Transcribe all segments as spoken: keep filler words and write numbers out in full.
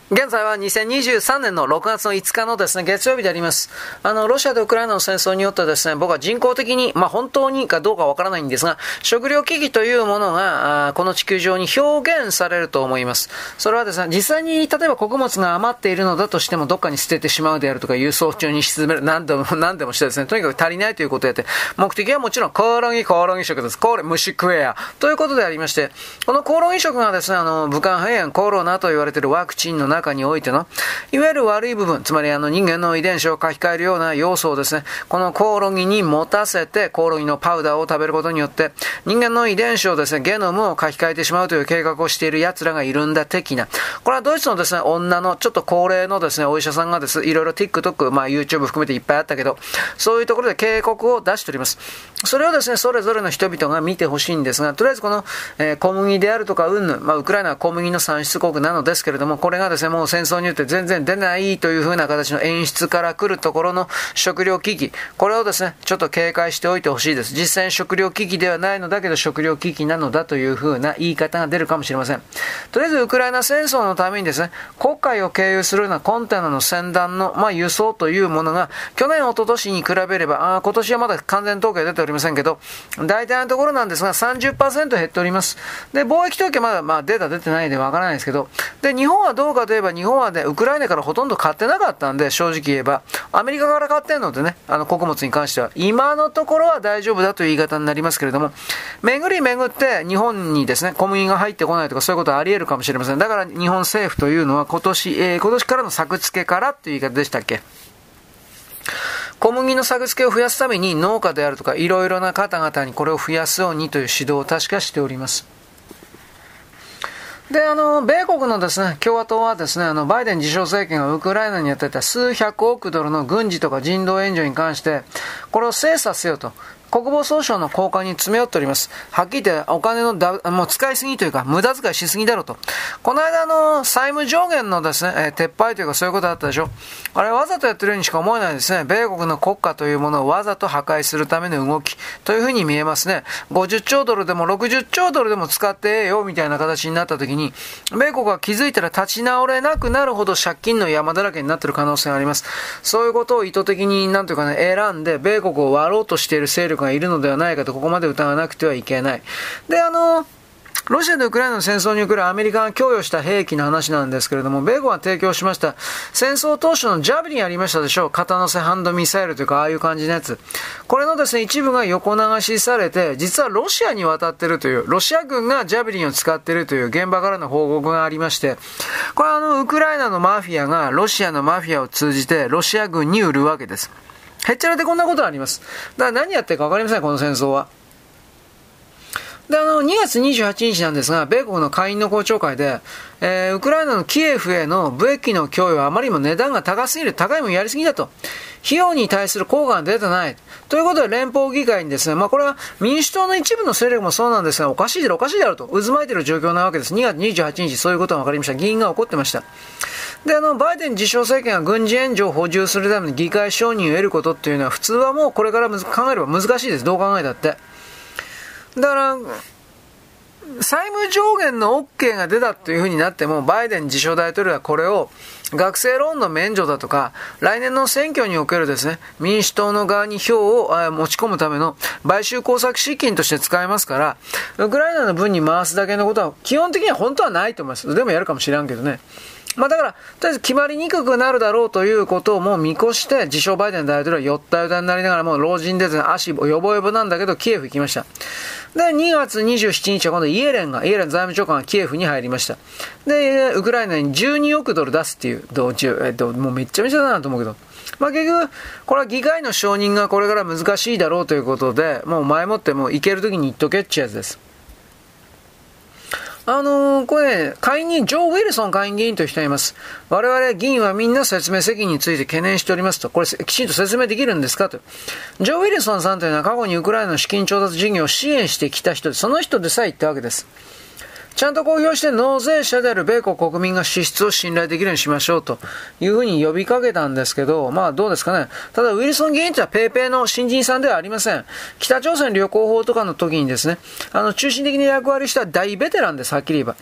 現在はにせんにじゅうさんねんのろくがつのいつかのですね、月曜日であります。あの、ロシアとウクライナの戦争によってですね、僕は人工的に、まあ本当にかどうかわからないんですが、食料危機というものが、この地球上に表現されると思います。それはですね、実際に、例えば穀物が余っているのだとしても、どっかに捨ててしまうであるとか、輸送中に沈める、何でも、何でもしてですね、とにかく足りないということをやって、目的はもちろん、コオロギ、コオロギ食です。これ、虫食えや。ということでありまして、このコオロギ食がですね、あの、武漢肺炎、コロナと言われているワクチンの中においての、いわゆる悪い部分、つまりあの人間の遺伝子を書き換えるような要素をですね、このコオロギに持たせて、コオロギのパウダーを食べることによって、人間の遺伝子をですね、ゲノムを書き換えてしまうという計画をしている奴らがいるんだ的な。これはドイツのですね、女のちょっと高齢のですね、お医者さんがですね、いろいろ TikTok、まあ YouTube 含めていっぱいあったけど、そういうところで警告を出しております。それをですね、それぞれの人々が見てほしいんですが、とりあえずこの、えー、小麦であるとか、うんぬん、まあウクライナは小麦の産出国なのですけれども、これがですね、もう戦争によって全然出ないという風な形の演出から来るところの食料危機、これをですね、ちょっと警戒しておいてほしいです。実際に食料危機ではないのだけど食料危機なのだという風な言い方が出るかもしれません。とりあえずウクライナ戦争のためにですね、黒海を経由するようなコンテナの船団の、まあ、輸送というものが去年一昨年に比べれば、あ今年はまだ完全統計出ておりませんけど、大体のところなんですが さんじゅっパーセント 減っております。で、貿易統計まだ、まあ、データ出てないんでわからないですけど、で、日本はどうかといえば日本はね、ウクライナからほとんど買ってなかったんで、正直言えば、アメリカから買ってんのでね、あの、穀物に関しては、今のところは大丈夫だという言い方になりますけれども、巡り巡って日本にですね、小麦が入ってこないとかそういうことはあり得るかもしれません。だから日本政府というのは今年、えー、今年からの作付けからという言い方でしたっけ？小麦の作付けを増やすために農家であるとか、いろいろな方々にこれを増やすようにという指導を確かしております。で、あの、米国のですね、共和党はですね、あの、バイデン自称政権がウクライナにやっていた数百億ドルの軍事とか人道援助に関して、これを精査せよと、国防総省の高官に詰め寄っております。はっきり言ってお金のだもう使いすぎというか無駄遣いしすぎだろうと。この間の債務上限のですね、えー、撤廃というかそういうことだったでしょ。あれわざとやってるようにしか思えないですね。米国の国家というものをわざと破壊するための動きというふうに見えますね。ごじゅっちょうドルでもろくじゅっちょうドルでも使ってええよみたいな形になった時に、米国が気づいたら立ち直れなくなるほど借金の山だらけになっている可能性があります。そういうことを意図的になんというかね、選んで米国を割ろうとしている勢力がいるのではないかと、ここまで疑わなくてはいけない。で、あの、ロシアとウクライナの戦争におけるアメリカが供与した兵器の話なんですけれども、米国が提供しました戦争当初のジャベリンありましたでしょう。片乗せハンドミサイルというか、ああいう感じのやつ。これのですね、一部が横流しされて、実はロシアに渡っているという、ロシア軍がジャベリンを使っているという現場からの報告がありまして、これはあの、ウクライナのマフィアがロシアのマフィアを通じてロシア軍に売るわけです。へっちゃらでこんなことあります。だから何やってるか分かりません、この戦争は。で、あの、にがつにじゅうはちにちなんですが、米国の下院の公聴会で、えー、ウクライナのキエフへの武器の供与はあまりにも値段が高すぎる、高いもんやりすぎだと。費用に対する効果が出てない。ということで連邦議会にですね、まあこれは民主党の一部の勢力もそうなんですが、おかしいだろおかしいだろと渦巻いている状況なわけです。にがつにじゅうはちにちそういうことが分かりました。議員が怒ってました。で、あの、バイデン自称政権が軍事援助を補充するために議会承認を得ることっていうのは普通はもうこれから考えれば難しいです。どう考えたって。だから、債務上限の OK が出たというふうになっても、バイデン自称大統領はこれを学生ローンの免除だとか、来年の選挙におけるですね、民主党の側に票を持ち込むための買収工作資金として使えますから、ウクライナの分に回すだけのことは基本的には本当はないと思います。でもやるかもしれんけどね。まあだから、とりあえず決まりにくくなるだろうということをもう見越して、自称バイデン大統領はよったよたになりながらもう老人で足よぼよぼなんだけどキエフ行きました。で、にがつにじゅうしちにちは今度イエレンが、イエレン財務長官がキエフに入りました。で、ウクライナにじゅうにおくドル出すっていう、どうえっと、もうめっちゃめちゃだなと思うけど。まあ結局、これは議会の承認がこれから難しいだろうということで、もう前もってもう行けるときに言っとけってやつです。あのー、これね、下院にジョー・ウィルソン下院議員という人がいます。我々議員はみんな説明責任について懸念しておりますと。これきちんと説明できるんですかと。ジョー・ウィルソンさんというのは過去にウクライナの資金調達事業を支援してきた人で、その人でさえ言ったわけです。ちゃんと公表して納税者である米国国民が支出を信頼できるようにしましょうというふうに呼びかけたんですけど、まあどうですかね。ただウィルソン議員とはペーペーの新人さんではありません。北朝鮮旅行法とかの時にですね、あの中心的に役割した大ベテランです、はっきり言えば。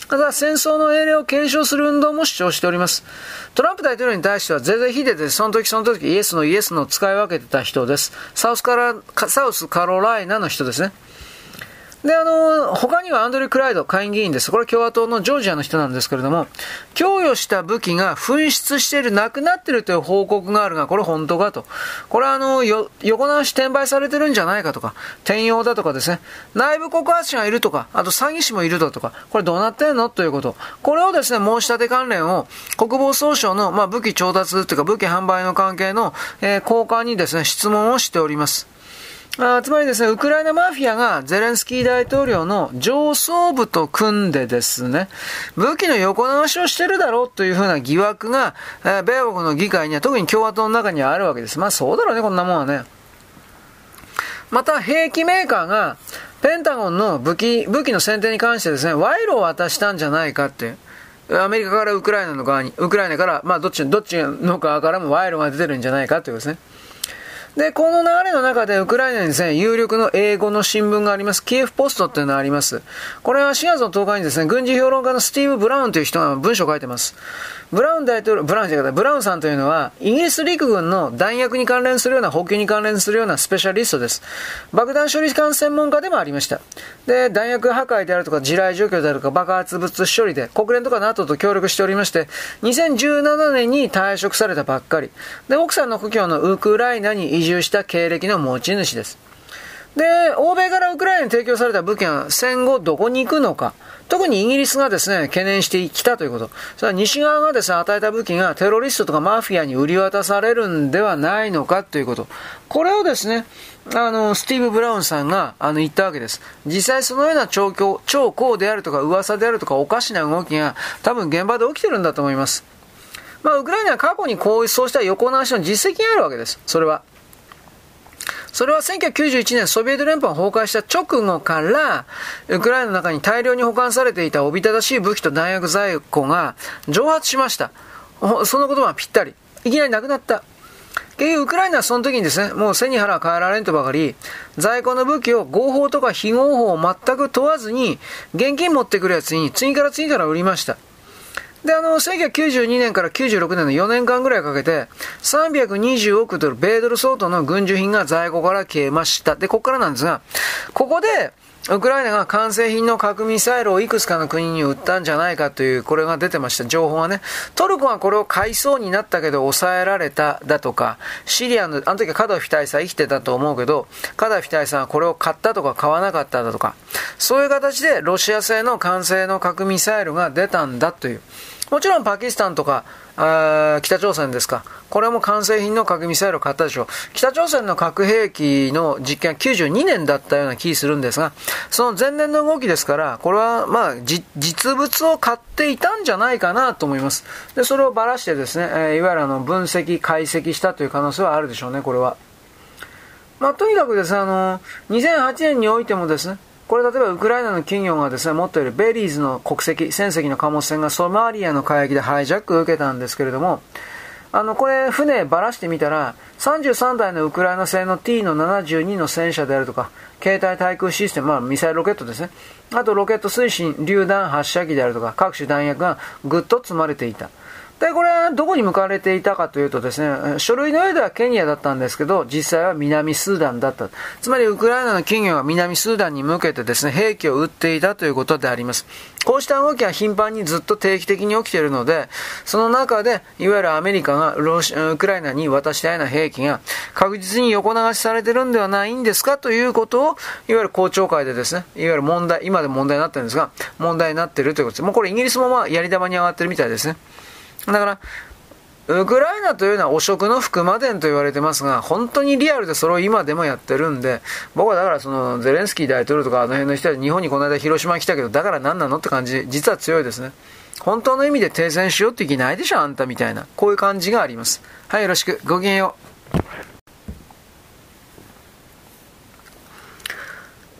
また戦争の英霊を検証する運動も主張しております。トランプ大統領に対しては是々非々でその時その時イエスのイエスの使い分けてた人です。サウスカラ、サウスカロライナの人ですね。で、あの、他にはアンドリュー・クライド下院議員です。これ共和党のジョージアの人なんですけれども、供与した武器が紛失している、なくなっているという報告があるが、これ本当かと。これはあの、よ、横流し転売されてるんじゃないかとか、転用だとかですね、内部告発者がいるとか、あと詐欺師もいるだとか、これどうなってんのということ。これをですね、申し立て関連を国防総省の、まあ、武器調達というか武器販売の関係の、えー、高官にですね、質問をしております。あつまりですね、ウクライナマフィアがゼレンスキー大統領の上層部と組んでですね、武器の横流しをしてるだろうというふうな疑惑が、えー、米国の議会には、特に共和党の中にはあるわけです。まあそうだろうね、こんなもんはね。また兵器メーカーがペンタゴンの武器、武器の選定に関してですね、賄賂を渡したんじゃないかっていう。アメリカからウクライナの側に、ウクライナから、まあどっち、どっちの側からも賄賂が出てるんじゃないかということですね。で、この流れの中でウクライナにですね、有力の英語の新聞があります。キエフポストっていうのがあります。これはしがつのとおかにですね、軍事評論家のスティーブ・ブラウンという人が文章を書いてます。ブラウン大統領、ブラウンじゃなくて、ブラウンさんというのは、イギリス陸軍の弾薬に関連するような、補給に関連するようなスペシャリストです。爆弾処理艦専門家でもありました。で、弾薬破壊であるとか、地雷除去であるとか、爆発物処理で、国連とか ナトー と協力しておりまして、にせんじゅうななねんに退職されたばっかり。で、奥さんの故郷のウクライナに移住した経歴の持ち主です。で、欧米からウクライナに提供された武器が戦後どこに行くのか。特にイギリスがですね、懸念してきたということ。それは西側がですね、与えた武器がテロリストとかマフィアに売り渡されるんではないのかということ。これをですね、あの、スティーブ・ブラウンさんが、あの、言ったわけです。実際そのような兆候、兆候であるとか噂であるとかおかしな動きが多分現場で起きてるんだと思います。まあ、ウクライナは過去にこういう、そうした横流しの実績があるわけです。それは。それはせんきゅうひゃくきゅうじゅういちねんソビエト連邦が崩壊した直後から、ウクライナの中に大量に保管されていたおびただしい武器と弾薬在庫が蒸発しました。その言葉はぴったり。いきなりなくなった。結局ウクライナはその時にですね、もう背に腹は変えられんとばかり、在庫の武器を合法とか非合法を全く問わずに、現金持ってくるやつに次から次から売りました。で、あの、せんきゅうひゃくきゅうじゅうにねんからきゅうじゅうろくねんのよねんかんぐらいかけて、さんびゃくにじゅうおくドル、米ドル相当の軍需品が在庫から消えました。で、ここからなんですが、ここで、ウクライナが完成品の核ミサイルをいくつかの国に売ったんじゃないかという、これが出てました、情報がね。トルコはこれを買いそうになったけど抑えられただとか、シリアの、あの時はカダフィ大佐生きてたと思うけど、カダフィ大佐はこれを買ったとか買わなかっただとか、そういう形でロシア製の完成の核ミサイルが出たんだという。もちろんパキスタンとかあ北朝鮮ですか、これも完成品の核ミサイルを買ったでしょう。北朝鮮の核兵器の実験はきゅうじゅうにねんだったような気するんですが、その前年の動きですから、これはまあ実物を買っていたんじゃないかなと思います。でそれをばらしてですね、えー、いわゆるあの分析解析したという可能性はあるでしょうね。これはまあとにかくですね、あのにせんはちねんにおいてもですね、これ例えばウクライナの企業がですね持っているベリーズの国籍船籍の貨物船がソマリアの海域でハイジャックを受けたんですけれども、あのこれ船ばらしてみたらさんじゅうさんだいのウクライナ製の ティー のななじゅうにの戦車であるとか、携帯対空システム、まあミサイルロケットですね、あとロケット推進榴弾発射機であるとか各種弾薬がぐっと積まれていた。でこれはどこに向かわれていたかというとですね、書類の上ではケニアだったんですけど、実際は南スーダンだった。つまりウクライナの企業が南スーダンに向けてですね兵器を撃っていたということであります。こうした動きは頻繁にずっと定期的に起きているので、その中でいわゆるアメリカがロシウクライナに渡したような兵器が確実に横流しされてるんではないんですかということを、いわゆる公聴会でですね、いわゆる問題、今でも問題になってるんですが、問題になっているということです。もうこれイギリスもまあやり玉に上がってるみたいですね。だからウクライナというのは汚職の福間伝と言われてますが、本当にリアルでそれを今でもやってるんで、僕はだからそのゼレンスキー大統領とかあの辺の人は日本にこの間広島に来たけど、だから何なのって感じ、実は強いですね。本当の意味で停戦しようって気ないでしょあんたみたいな、こういう感じがあります。はい、よろしく、ごきげんよう。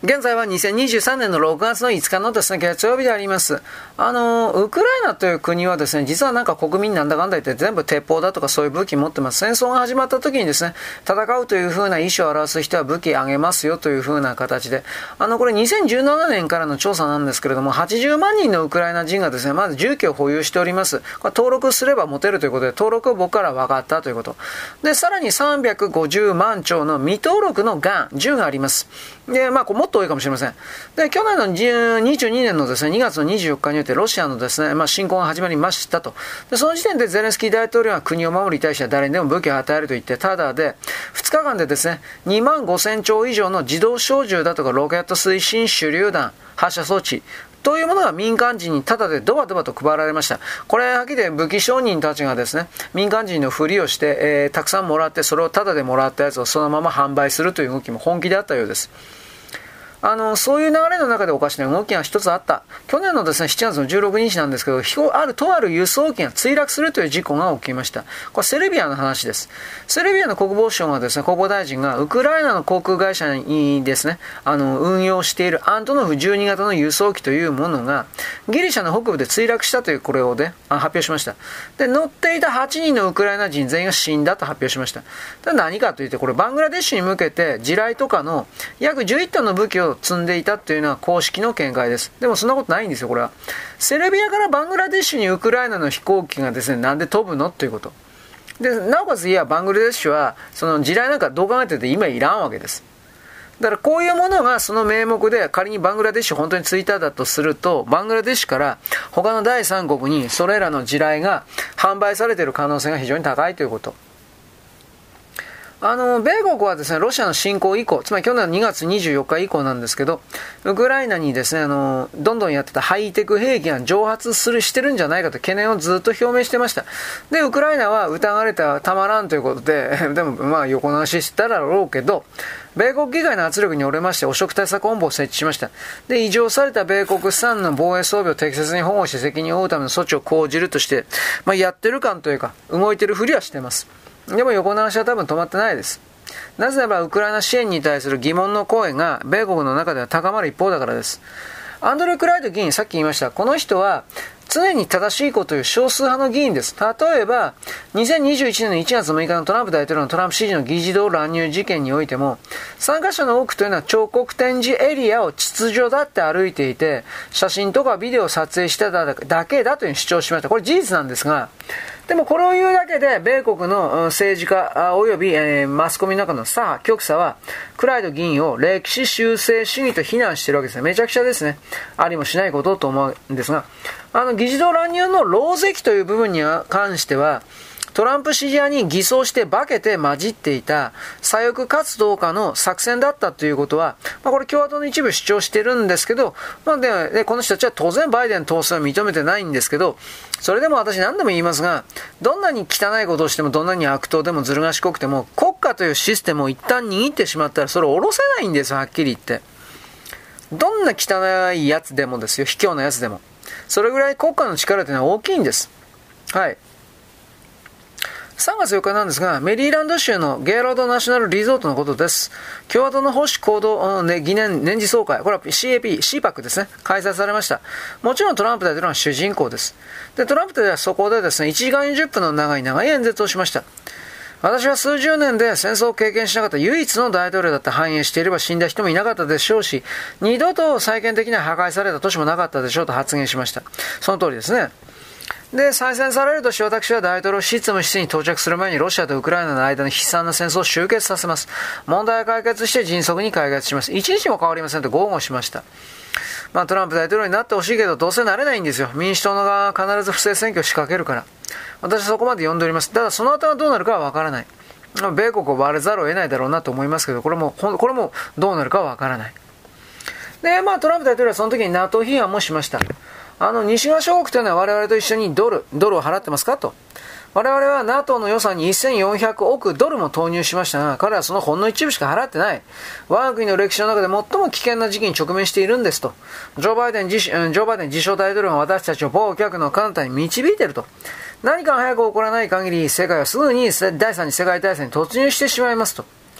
現在はにせんにじゅうさんねんのろくがつのいつかのですね、月曜日であります。あの、ウクライナという国はですね、実はなんか国民なんだかんだ言って全部鉄砲だとかそういう武器持ってます。戦争が始まった時にですね、戦うという風な意思を表す人は武器あげますよという風な形で、あの、これにせんじゅうななねんからの調査なんですけれども、はちじゅうまんにんのウクライナ人がですね、まず銃器を保有しております。これ登録すれば持てるということで、登録を僕から分かったということ。で、さらにさんびゃくごじゅうまんちょうの未登録のガン、銃があります。で、まあ、もっと多いかもしれません。で、去年のにじゅうにねんのですね、にがつのにじゅうよっかによってロシアのですね、まあ、侵攻が始まりましたと。で、その時点でゼレンスキー大統領は国を守りに対しては誰にでも武器を与えると言って、ただで、ふつかかんでですね、にまんごせんちょう以上の自動小銃だとかロケット推進手榴弾、発射装置、というものが民間人にタダでドバドバと配られました。これはっきり言って武器商人たちがですね、民間人のふりをして、えー、たくさんもらって、それをタダでもらったやつをそのまま販売するという動きも本気であったようです。あの、そういう流れの中でおかしな動きが一つあった。去年のですね、しちがつのじゅうろくにちなんですけど、飛行、ある、とある輸送機が墜落するという事故が起きました。これセルビアの話です。セルビアの国防省がですね、国防大臣がウクライナの航空会社にですね、あの、運用しているアントノフじゅうにがたの輸送機というものが、ギリシャの北部で墜落したというこれをで、あ発表しました。で、乗っていたはちにんのウクライナ人全員が死んだと発表しました。で、何かというと、これバングラデシュに向けて地雷とかの約じゅういっトンの武器を積んでいたというのは公式の見解です。でもそんなことないんですよ、これは。セルビアからバングラデシュにウクライナの飛行機がですね、なんで飛ぶのということ。で、なおかついや、バングラデシュは、その地雷なんかどう考えてて今いらんわけです。だからこういうものがその名目で仮にバングラデシュ本当についただとすると、バングラデシュから他の第三国にそれらの地雷が販売されている可能性が非常に高いということ。あの、米国はですね、ロシアの侵攻以降、つまり去年のにがつにじゅうよっか以降なんですけど、ウクライナにですね、あの、どんどんやってたハイテク兵器が蒸発する、してるんじゃないかと懸念をずっと表明してました。で、ウクライナは疑われてはたまらんということで、でもまあ横流ししてただろうけど、米国議会の圧力に折れまして汚職対策本部を設置しました。で、異常された米国産の防衛装備を適切に保護して責任を負うための措置を講じるとして、まあやってる感というか、動いてるふりはしてます。でも横流しは多分止まってないです。なぜならばウクライナ支援に対する疑問の声が米国の中では高まる一方だからです。アンドレ・クライト議員、さっき言いました。この人は常に正しいことを言う少数派の議員です。例えば、にせんにじゅういちねんのいちがつむいかのトランプ大統領のトランプ支持の議事堂乱入事件においても、参加者の多くというのは彫刻展示エリアを秩序だって歩いていて、写真とかビデオを撮影しただけだというふうに主張しました。これ事実なんですが、でもこれを言うだけで、米国の政治家及び、えー、マスコミの中の左派、極左は、クライド議員を歴史修正主義と非難しているわけですね。めちゃくちゃですね。ありもしないことと思うんですが、あの、議事堂乱入の漏石という部分に関しては、トランプ支持派に偽装して化けて混じっていた左翼活動家の作戦だったということは、まあ、これ共和党の一部主張してるんですけど、まあ、ででこの人たちは当然バイデン当選を認めてないんですけど、それでも私何度も言いますが、どんなに汚いことをしてもどんなに悪党でもずる賢くても国家というシステムを一旦握ってしまったらそれを下ろせないんですよ、はっきり言って。どんな汚いやつでもですよ、卑怯なやつでも。それぐらい国家の力というのは大きいんです。はい。さんがつよっかなんですが、メリーランド州のゲイロードナショナルリゾートのことです。共和党の保守行動、ね、疑念年次総会、これは シーエーピー、シーパック ですね、開催されました。もちろんトランプ大統領は主人公です。で、トランプ大統領はそこでですね、いちじかんよんじゅっぷんの長い長い演説をしました。私は数十年で戦争を経験しなかった唯一の大統領だって繁栄していれば死んだ人もいなかったでしょうし、二度と再建的には破壊された都市もなかったでしょうと発言しました。その通りですね。で、再選されるとし私は大統領執務室に到着する前にロシアとウクライナの間の悲惨な戦争を終結させます。問題を解決して迅速に解決します。一日も変わりませんと豪語しました。まあトランプ大統領になってほしいけどどうせなれないんですよ。民主党の側は必ず不正選挙を仕掛けるから。私はそこまで読んでおります。ただその後はどうなるかはわからない。米国を割れざるを得ないだろうなと思いますけど、これも、これもどうなるかはわからない。で、まあトランプ大統領はその時に ナトー 批判もしました。あの、西側諸国というのは我々と一緒にドル、ドルを払ってますかと。我々は ナトー の予算にせんよんひゃくおくドルも投入しましたが、彼はそのほんの一部しか払ってない。我が国の歴史の中で最も危険な時期に直面しているんですと。ジョー・バイデン自、ジョー・バイデン自称大統領が私たちを暴虐の彼方に導いていると。何か早く起こらない限り、世界はすぐに第三次世界大戦に突入してしまいますと。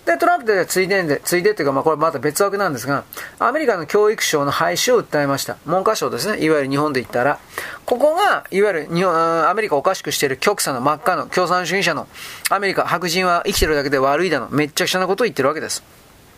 で、トランプでついでんで、ついでっていうか、まあこれまた別枠なんですが、アメリカの教育省の廃止を訴えました。文科省ですね。いわゆる日本で言ったら。ここが、いわゆる日本、アメリカをおかしくしている極左の真っ赤の共産主義者のアメリカ、白人は生きてるだけで悪いだの、めっちゃくちゃなことを言ってるわけです。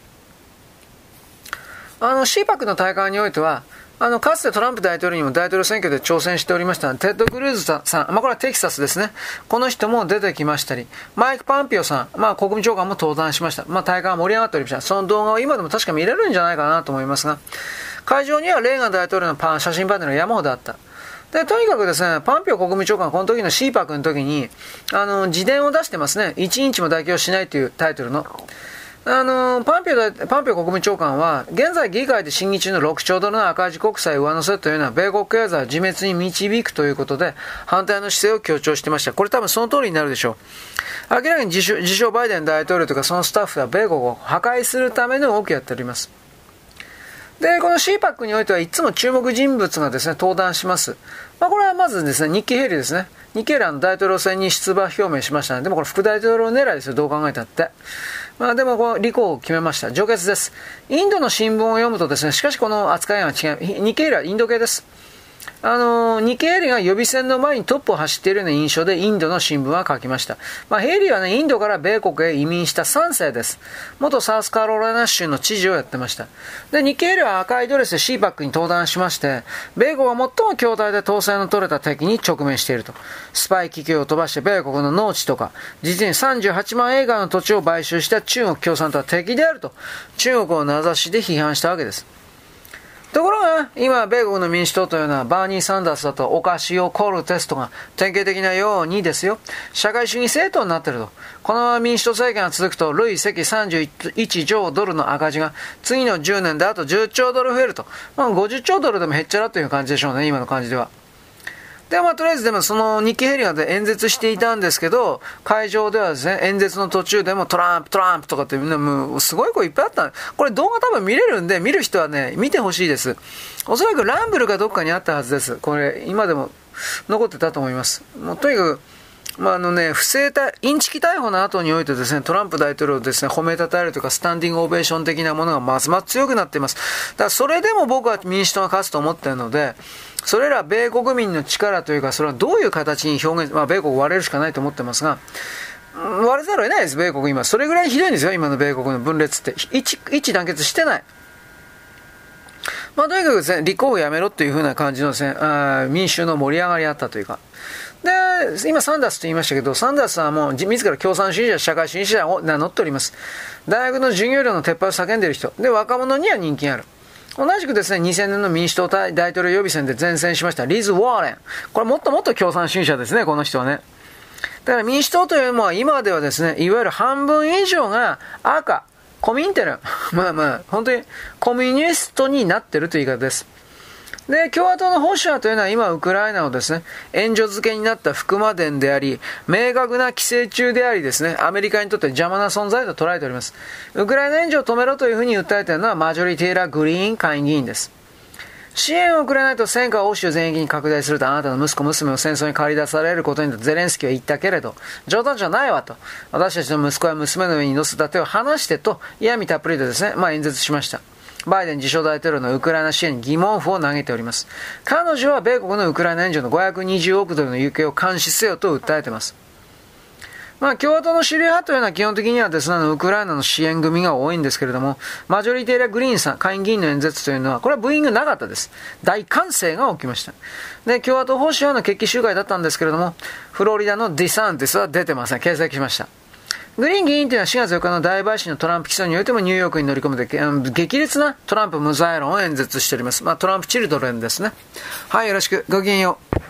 あの、シーパック の大会においては、あの、かつてトランプ大統領にも大統領選挙で挑戦しておりましたテッド・クルーズさん、まあ、これはテキサスですね。この人も出てきましたり、マイク・パンピオさん、まあ、国務長官も登壇しました。まあ、大会が盛り上がっておりました。その動画を今でも確か見れるんじゃないかなと思いますが、会場にはレーガン大統領のパン写真パネルが山ほどあった。で、とにかくですね、パンピオ国務長官、この時の シーパック の時に、あの、自伝を出してますね。一日も妥協しないというタイトルの。あのパンピオ、パンピオ国務長官は、現在議会で審議中のろくちょうドルの赤字国債上乗せというのは、米国経済を自滅に導くということで、反対の姿勢を強調していました。これ多分その通りになるでしょう。明らかに自称、自称バイデン大統領とかそのスタッフは米国を破壊するための動きをやっております。で、この シーパック においてはいつも注目人物がですね、登壇します。まあこれはまずですね、ニッキー・ヘイリーですね。ニッキー・ヘイリーは大統領選に出馬表明しましたね。でもこれ副大統領狙いですよ、どう考えたって。まあでもこの立候補を決めました。上決です。インドの新聞を読むとですね、しかしこの扱いは違う。ニッキー・ヘイリーはインド系です。あの、ニッキー・ヘイリーが予備選の前にトップを走っているような印象でインドの新聞は書きました。まあヘイリーはね、インドから米国へ移民したさんせいです。元サウスカロライナ州の知事をやってました。で、ニッキー・ヘイリーは赤いドレスで シーパック に登壇しまして、米国が最も強大で統制の取れた敵に直面していると。スパイ気球を飛ばして米国の農地とか、実にさんじゅうはちまんエーカーの土地を買収した中国共産党は敵であると、中国を名指しで批判したわけです。ところが、今、米国の民主党というのは、バーニー・サンダースだと、オカシオ・コルテスとか、典型的なようにですよ、社会主義政党になっていると。このまま民主党政権が続くと、累積さんじゅういちちょうドルの赤字が、次のじゅうねんであとじゅっちょうドル増えると。まあ、ごじゅっちょうドルでも減っちゃらという感じでしょうね、今の感じでは。で、まあ、とりあえずでもそのニッキー・ヘイリーが演説していたんですけど、会場ではですね、演説の途中でもトランプ、トランプとかってみんなもうすごい子いっぱいあった。これ動画多分見れるんで、見る人はね、見てほしいです。おそらくランブルがどっかにあったはずです。これ、今でも残ってたと思います。もうとにかく、まああのね、不正逮インチキ逮捕の後においてですね、トランプ大統領をですね、褒めたたえるというか、スタンディングオベーション的なものがますます強くなっています。だからそれでも僕は民主党が勝つと思っているので、それら米国民の力というか、それはどういう形に表現、まあ米国割れるしかないと思ってますが、割れざるを得ないです、米国今。それぐらいひどいんですよ、今の米国の分裂って。一、一致団結してない。まあとにかくですね、立候補やめろというふうな感じのですね、あ民衆の盛り上がりあったというか。で、今サンダースと言いましたけど、サンダースはもう自ら共産主義者、社会主義者を名乗っております。大学の授業料の撤廃を叫んでいる人。で、若者には人気がある。同じくですね、にせんねんの民主党大統領予備選で前線しましたリズ・ウォーレン。これもっともっと共産主義者ですね、この人はね。だから民主党というのは今ではですね、いわゆる半分以上が赤、コミンテル。まあまあ、本当にコミュニストになってるという言い方です。で、共和党の保守派というのは今ウクライナをですね、援助付けになった福間伝であり、明確な寄生虫でありですね、アメリカにとって邪魔な存在と捉えております。ウクライナ援助を止めろというふうに訴えているのはマジョリティーラ・グリーン下院議員です。支援をくれないと戦火を欧州全域に拡大するとあなたの息子娘を戦争に駆り出されることにとゼレンスキーは言ったけれど、冗談じゃないわと。私たちの息子や娘の上に乗せた手を離してと、嫌味たっぷりでですね、まあ演説しました。バイデン自称大統領のウクライナ支援に疑問符を投げております。彼女は米国のウクライナ援助のごひゃくにじゅうおくドルの行方を監視せよと訴えています。まあ、共和党の主流派というのは基本的にはですね、ウクライナの支援組が多いんですけれども、マジョリティーラ・グリーンさん、下院議員の演説というのは、これはブーイングなかったです。大歓声が起きました。で、共和党保守派の決起集会だったんですけれども、フロリダのディサンティスは出てません。掲載しました。グリーン議員というのはしがつよっかの大陪審のトランプ起訴においてもニューヨークに乗り込めて激烈なトランプ無罪論を演説しております。まあトランプチルドレンですね。はい、よろしく。ごきげんよう。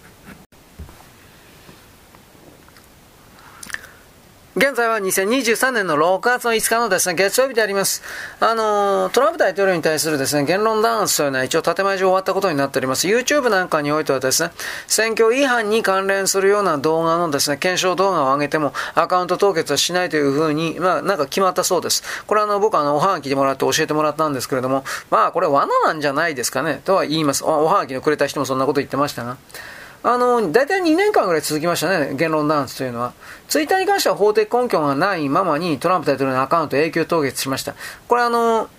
現在はにせんにじゅうさんねんのろくがつのいつかのですね、月曜日であります。あのー、トランプ大統領に対するですね、言論弾圧というのは一応建前上終わったことになっております。YouTube なんかにおいてはですね、選挙違反に関連するような動画のですね、検証動画を上げてもアカウント凍結はしないというふうに、まあなんか決まったそうです。これはあの、僕はあの、おはがきでもらって教えてもらったんですけれども、まあこれ罠なんじゃないですかね、とは言います。おはがきのくれた人もそんなこと言ってましたが。 あの、大体にねんかんぐらい続きましたね、言論弾圧というのは。ツイッターに関しては法的根拠がないままにトランプ大統領のアカウントを永久凍結しました。これあの、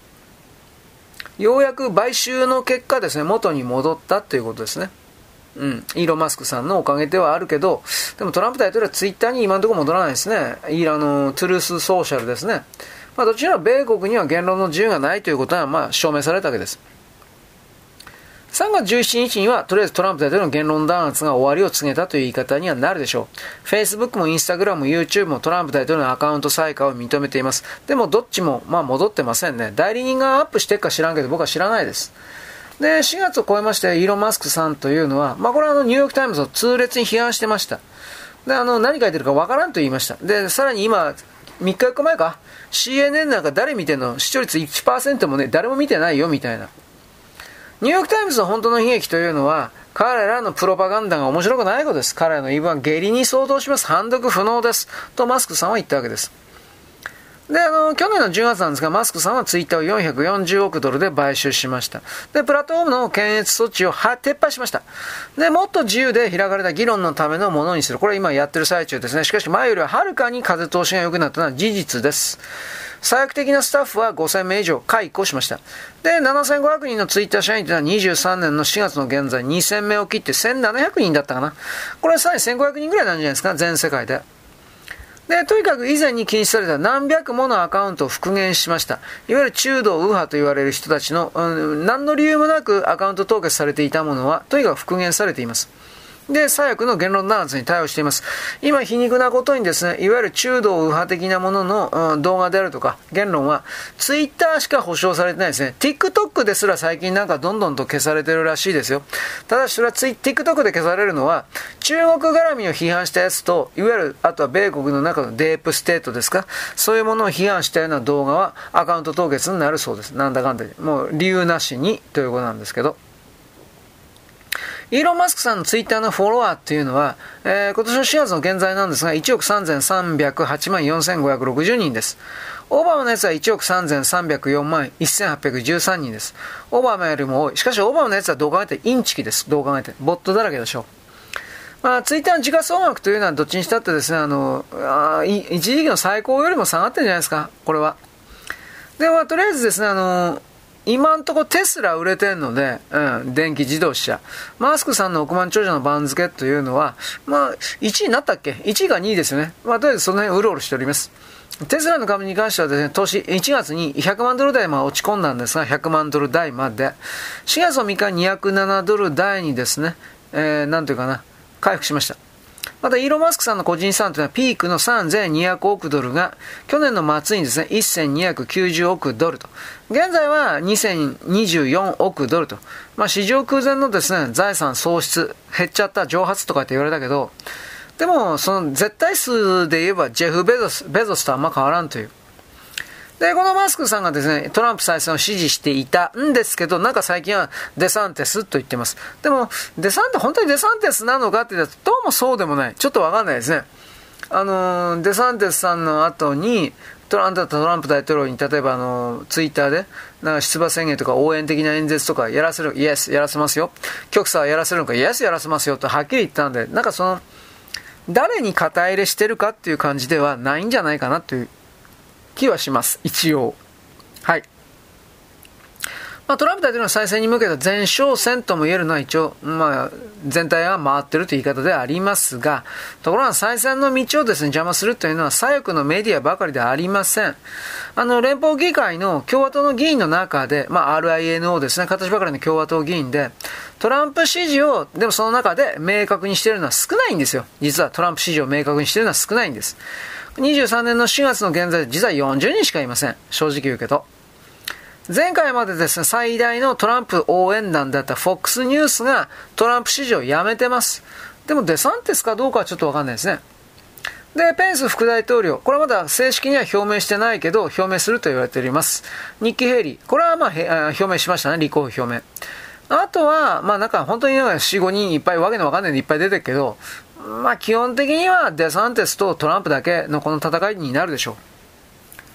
ようやく買収の結果ですね、元に戻ったということですね。うん、イーロン・マスクさんのおかげではあるけど、でもトランプ大統領はツイッターに今のところ戻らないですね。イーランのトゥルースソーシャルですね。まあ、どちらも米国には言論の自由がないということはまあ証明されたわけです。さんがつじゅうしちにちにはとりあえずトランプ大統領の言論弾圧が終わりを告げたという言い方にはなるでしょう。Facebook も Instagram も YouTube もトランプ大統領のアカウント再開を認めています。でもどっちもまあ戻ってませんね。代理人がアップしてるか知らんけど僕は知らないです。で、しがつを超えまして、イーロン・マスクさんというのは、まあこれはあのニューヨーク・タイムズを痛烈に批判してました。で、あの、何書いてるかわからんと言いました。で、さらに今、みっかよっかまえか、シーエヌエヌ なんか誰見てんの？視聴率 いちパーセント もね、誰も見てないよ、みたいな。ニューヨーク・タイムズの本当の悲劇というのは、彼らのプロパガンダが面白くないことです。彼らの言い分は下痢に相当します。判読不能です。とマスクさんは言ったわけです。で、あの、去年のじゅうがつなんですが、マスクさんはツイッターをよんひゃくよんじゅうおくドルで買収しました。で、プラットフォームの検閲措置をは撤廃しました。で、もっと自由で開かれた議論のためのものにする。これは今やってる最中ですね。しかし前よりははるかに風通しが良くなったのは事実です。最悪的なスタッフはごせんめい以上解雇しました。で、ななせんごひゃくにんのツイッター社員というのはにじゅうさんねんのしがつの現在にせんめいを切ってせんななひゃくにんだったかな。これはさらにせんごひゃくにんぐらいなんじゃないですか、全世界で。で、とにかく以前に禁止された何百ものアカウントを復元しました。いわゆる中道右派と言われる人たちの、うん、何の理由もなくアカウント凍結されていたものは、とにかく復元されています。で、最悪の言論弾圧に対応しています。今、皮肉なことにですね、いわゆる中道右派的なものの、うん、動画であるとか、言論は、ツイッターしか保証されてないですね。TikTok ですら最近なんかどんどんと消されてるらしいですよ。ただし、それはツイ TikTok で消されるのは、中国絡みを批判したやつと、いわゆる、あとは米国の中のデープステートですか、そういうものを批判したような動画は、アカウント凍結になるそうです。なんだかんだで。もう、理由なしに、ということなんですけど。イーロン・マスクさんのツイッターのフォロワーっていうのは、えー、今年のしがつの現在なんですが、いちおくさんぜんさんびゃくはちまんよんせんごひゃくろくじゅうにんです。オバマのやつはいちおくさんぜんさんびゃくよんまんせんはっぴゃくじゅうさんにんです。オバマよりも多い。しかし、オバマのやつはどう考えてインチキです。どう考えて。ボットだらけでしょう。まあ、ツイッターの時価総額というのはどっちにしたってですね、あの、あ一時期の最高よりも下がってるんじゃないですか、これは。で、まあ、とりあえずですね、あの、今んとこテスラ売れてんので、うん、電気自動車。マスクさんの億万長者の番付というのは、まあ、いちいになったっけ ?いちいがにいですよね。まあ、とりあえずその辺うろうろしております。テスラの株に関してはですね、年いちがつにひゃくまんドル台まで落ち込んだんですが、ひゃくまんドル台まで。しがつのみっかにひゃくななドル台にですね、えー、なんというかな、回復しました。また、イーロン・マスクさんの個人資産というのはピークのさんぜんにひゃくおくドルが、去年の末にですね、せんにひゃくきゅうじゅうおくドルと。現在はにせんにじゅうよんおくドルと。まあ、市場空前のですね、財産喪失、減っちゃった蒸発とかって言われたけど、でも、その絶対数で言えば、ジェフ・ベゾス、ベゾスとあんま変わらんという。で、このマスクさんがですね、トランプ再選を支持していたんですけど、なんか最近はデサンテスと言ってます。でも、デサンテ、本当にデサンテスなのかって言ったら、どうもそうでもない。ちょっとわかんないですね。あの、デサンテスさんの後に、トランプ、トランプ大統領に、例えばあの、ツイッターで、なんか出馬宣言とか応援的な演説とかやらせる、イエス、やらせますよ。極左はやらせるのか、イエス、やらせますよとはっきり言ったんで、なんかその、誰に肩入れしてるかっていう感じではないんじゃないかなという気はします。一応。はい。まあ、トランプ大統領の再選に向けた前哨戦とも言えるのは一応、まあ、全体は回ってるという言い方ではありますが、ところが再選の道をですね、邪魔するというのは左翼のメディアばかりではありません。あの、連邦議会の共和党の議員の中で、まあ、アールアイエヌオー ですね、形ばかりの共和党議員で、トランプ支持を、でもその中で明確にしているのは少ないんですよ。実はトランプ支持を明確にしているのは少ないんです。にじゅうさんねんのしがつの現在、実はよんじゅうにんしかいません。正直言うけど。前回までですね、最大のトランプ応援団だった フォックス ニュースがトランプ支持をやめてます。でもデサンティスかどうかはちょっとわかんないですね。で、ペンス副大統領。これはまだ正式には表明してないけど、表明すると言われております。ニッキー・ヘイリー。これはまあ、表明しましたね。立候補表明。あとは、まあなんか本当によん、ごにんいっぱいわけのわかんないでいっぱい出てるけど、まあ基本的にはデサンティスとトランプだけのこの戦いになるでしょう。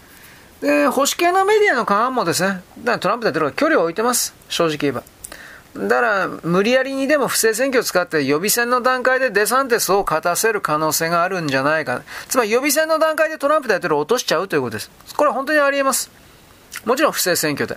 で、保守系のメディアの過半もですね、トランプ大統領が距離を置いてます。正直言えば。 だから無理やりにでも不正選挙を使って予備選の段階でデサンティスを勝たせる可能性があるんじゃないか。つまり予備選の段階でトランプ大統領を落としちゃうということです。これは本当にありえます。もちろん不正選挙で。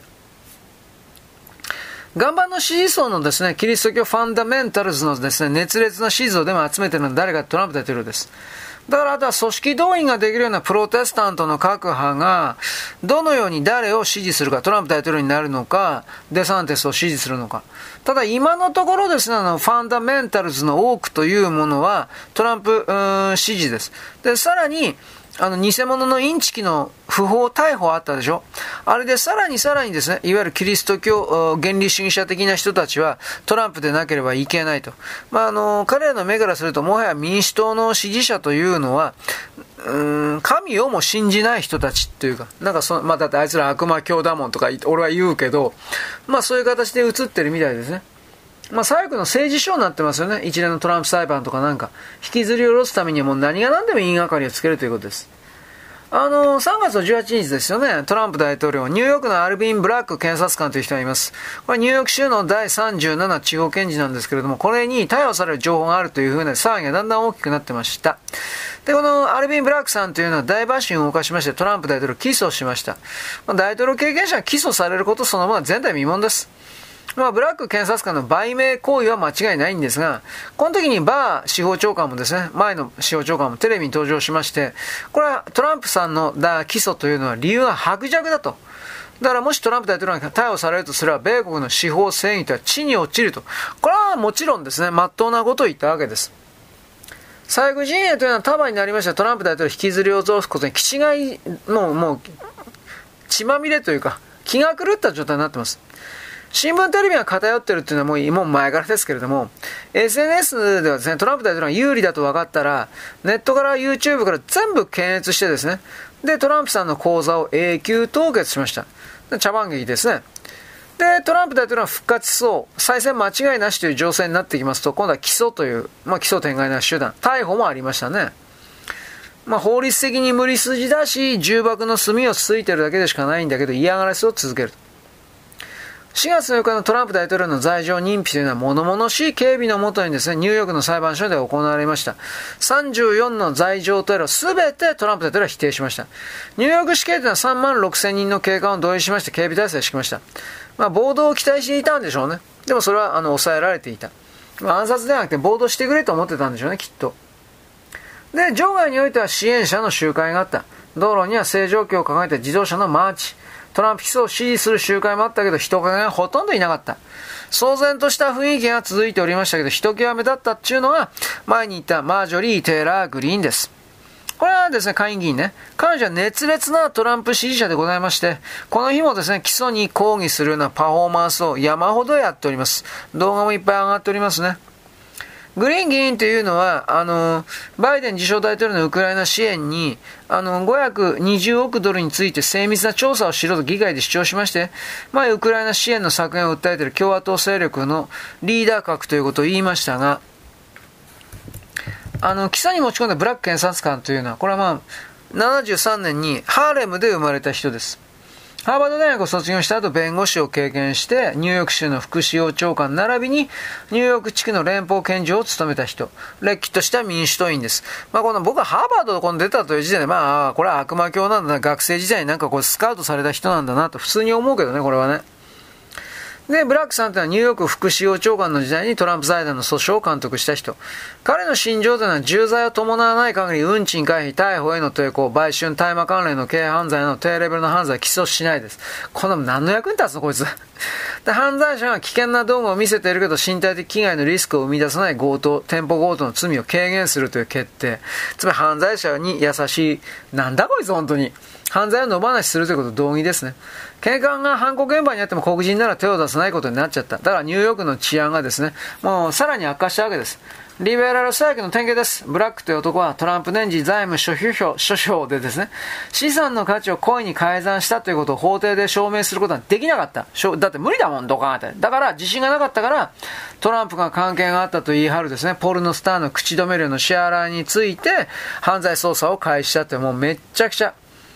岩盤の支持層のですね、キリスト教ファンダメンタルズのですね、熱烈な支持をでも集めているのは誰かトランプ大統領です。だからあとは組織動員ができるようなプロテスタントの各派がどのように誰を支持するか、トランプ大統領になるのか、デサンティスを支持するのか。ただ今のところですね、あのファンダメンタルズの多くというものはトランプ支持です。で、さらにあの偽物のインチキの不法逮捕あったでしょ。あれでさらにさらにですね、いわゆるキリスト教原理主義者的な人たちはトランプでなければいけないと。まあ、あの彼らの目からするともはや民主党の支持者というのはうーん神をも信じない人たちというか、なんかそまあ、だってあいつら悪魔教だもんとか俺は言うけど、まあそういう形で映ってるみたいですね。まあ、最悪の政治ショーになってますよね。一連のトランプ裁判とかなんか引きずり下ろすためにはもう何が何でも言いがかりをつけるということです。あのさんがつのじゅうはちにちですよね。トランプ大統領、ニューヨークのアルビン・ブラック検察官という人がいます。これニューヨーク州のだいさんじゅうなな地方検事なんですけれども、これに逮捕される情報があるというふうな騒ぎがだんだん大きくなってました。で、このアルビン・ブラックさんというのは大陪審を犯しましてトランプ大統領を起訴しました。まあ、大統領経験者が起訴されることそのものは前代未聞です。まあ、ブラック検察官の売名行為は間違いないんですが、この時にバー司法長官もですね、前の司法長官もテレビに登場しまして、これはトランプさんの起訴というのは理由が薄弱だと。だからもしトランプ大統領が逮捕されるとすれば、米国の司法正義とは地に落ちると。これはもちろんですね、真っ当なことを言ったわけです。最後陣営というのは束になりましたトランプ大統領を引きずり落とすことに気違い、もう、もう、血まみれというか、気が狂った状態になってます。新聞テレビが偏ってるっていうのはもう、もう前からですけれども、エスエヌエス ではですね、トランプ大統領が有利だと分かったら、ネットから YouTube から全部検閲してですね、で、トランプさんの口座を永久凍結しました。茶番劇ですね。で、トランプ大統領が復活しそう、再選間違いなしという情勢になってきますと、今度は起訴という、まあ起訴天外な手段、逮捕もありましたね。まあ法律的に無理筋だし、重箱の隅をつついてるだけでしかないんだけど、嫌がらせを続ける。しがつのようかのトランプ大統領の罪状認否というのは物々しい警備のもとにですね、ニューヨークの裁判所で行われました。さんじゅうよんの罪状とやらを全てトランプ大統領は否定しました。ニューヨーク市警というのはさんまんろくせんにんの警官を動員しまして警備体制を敷きました。まあ暴動を期待していたんでしょうね。でもそれはあの抑えられていた。まあ、暗殺ではなくて暴動してくれと思ってたんでしょうね、きっと。で、場外においては支援者の集会があった。道路には星条旗を掲げた自動車のマーチ。トランプ起訴を支持する集会もあったけど人影がほとんどいなかった。騒然とした雰囲気が続いておりましたけど、ひときわ目立ったっていうのが前に言ったマージョリー・テイラー・グリーンです。これはですね、下院議員ね。彼女は熱烈なトランプ支持者でございまして、この日もですね、起訴に抗議するようなパフォーマンスを山ほどやっております。動画もいっぱい上がっておりますね。グリーン議員というのは、あの、バイデン自称大統領のウクライナ支援に、あの、ごひゃくにじゅうおくドルについて精密な調査をしろと議会で主張しまして、まあ、ウクライナ支援の削減を訴えている共和党勢力のリーダー格ということを言いましたが、あの、起訴に持ち込んだブラック検察官というのは、これはまあ、ななじゅうさんねんにハーレムで生まれた人です。ハーバード大学を卒業した後、弁護士を経験して、ニューヨーク州の副司法長官並びに、ニューヨーク地区の連邦検事を務めた人。れっきとした民主党員です。まあ、この僕はハーバードでこの出たという時点で、まあ、これは悪魔教なんだな、学生時代になんかこうスカウトされた人なんだなと普通に思うけどね、これはね。で、ブラックさんというのはニューヨーク副司法長官の時代にトランプ財団の訴訟を監督した人。彼の心情というのは重罪を伴わない限り運賃回避、逮捕への抵抗、売春、大麻関連の軽犯罪の低レベルの犯罪は起訴しないです。こんなの何の役に立つのこいつ。で、犯罪者が危険な道具を見せているけど身体的危害のリスクを生み出さない強盗、店舗強盗の罪を軽減するという決定。つまり犯罪者に優しい、なんだこいつ本当に。犯罪を野放しするということと同義ですね。警官が犯行現場にあっても黒人なら手を出さないことになっちゃった。だからニューヨークの治安がですね、もうさらに悪化したわけです。リベラル左翼の典型です。ブラックという男はトランプ年次財務諸表諸表でですね、資産の価値を故意に改ざんしたということを法廷で証明することはできなかった。だって無理だもん、ドカーンって。だから自信がなかったから、トランプが関係があったと言い張るですね、ポルノスターの口止め料の支払いについて、犯罪捜査を開始したってもうめっちゃくちゃ。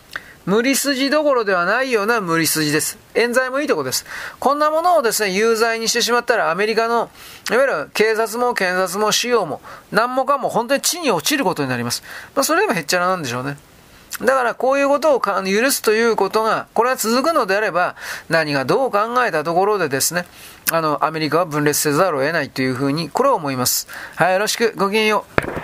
無理筋どころではないような無理筋です。冤罪もいいとこです。こんなものをですね、有罪にしてしまったら、アメリカの、いわゆる警察も検察も司法も、何もかも本当に地に落ちることになります。まあ、それでもへっちゃらなんでしょうね。だからこういうことを許すということが、これは続くのであれば、何がどう考えたところでですね、あの、アメリカは分裂せざるを得ないというふうに、これを思います。はい、よろしく、ごきげんよう。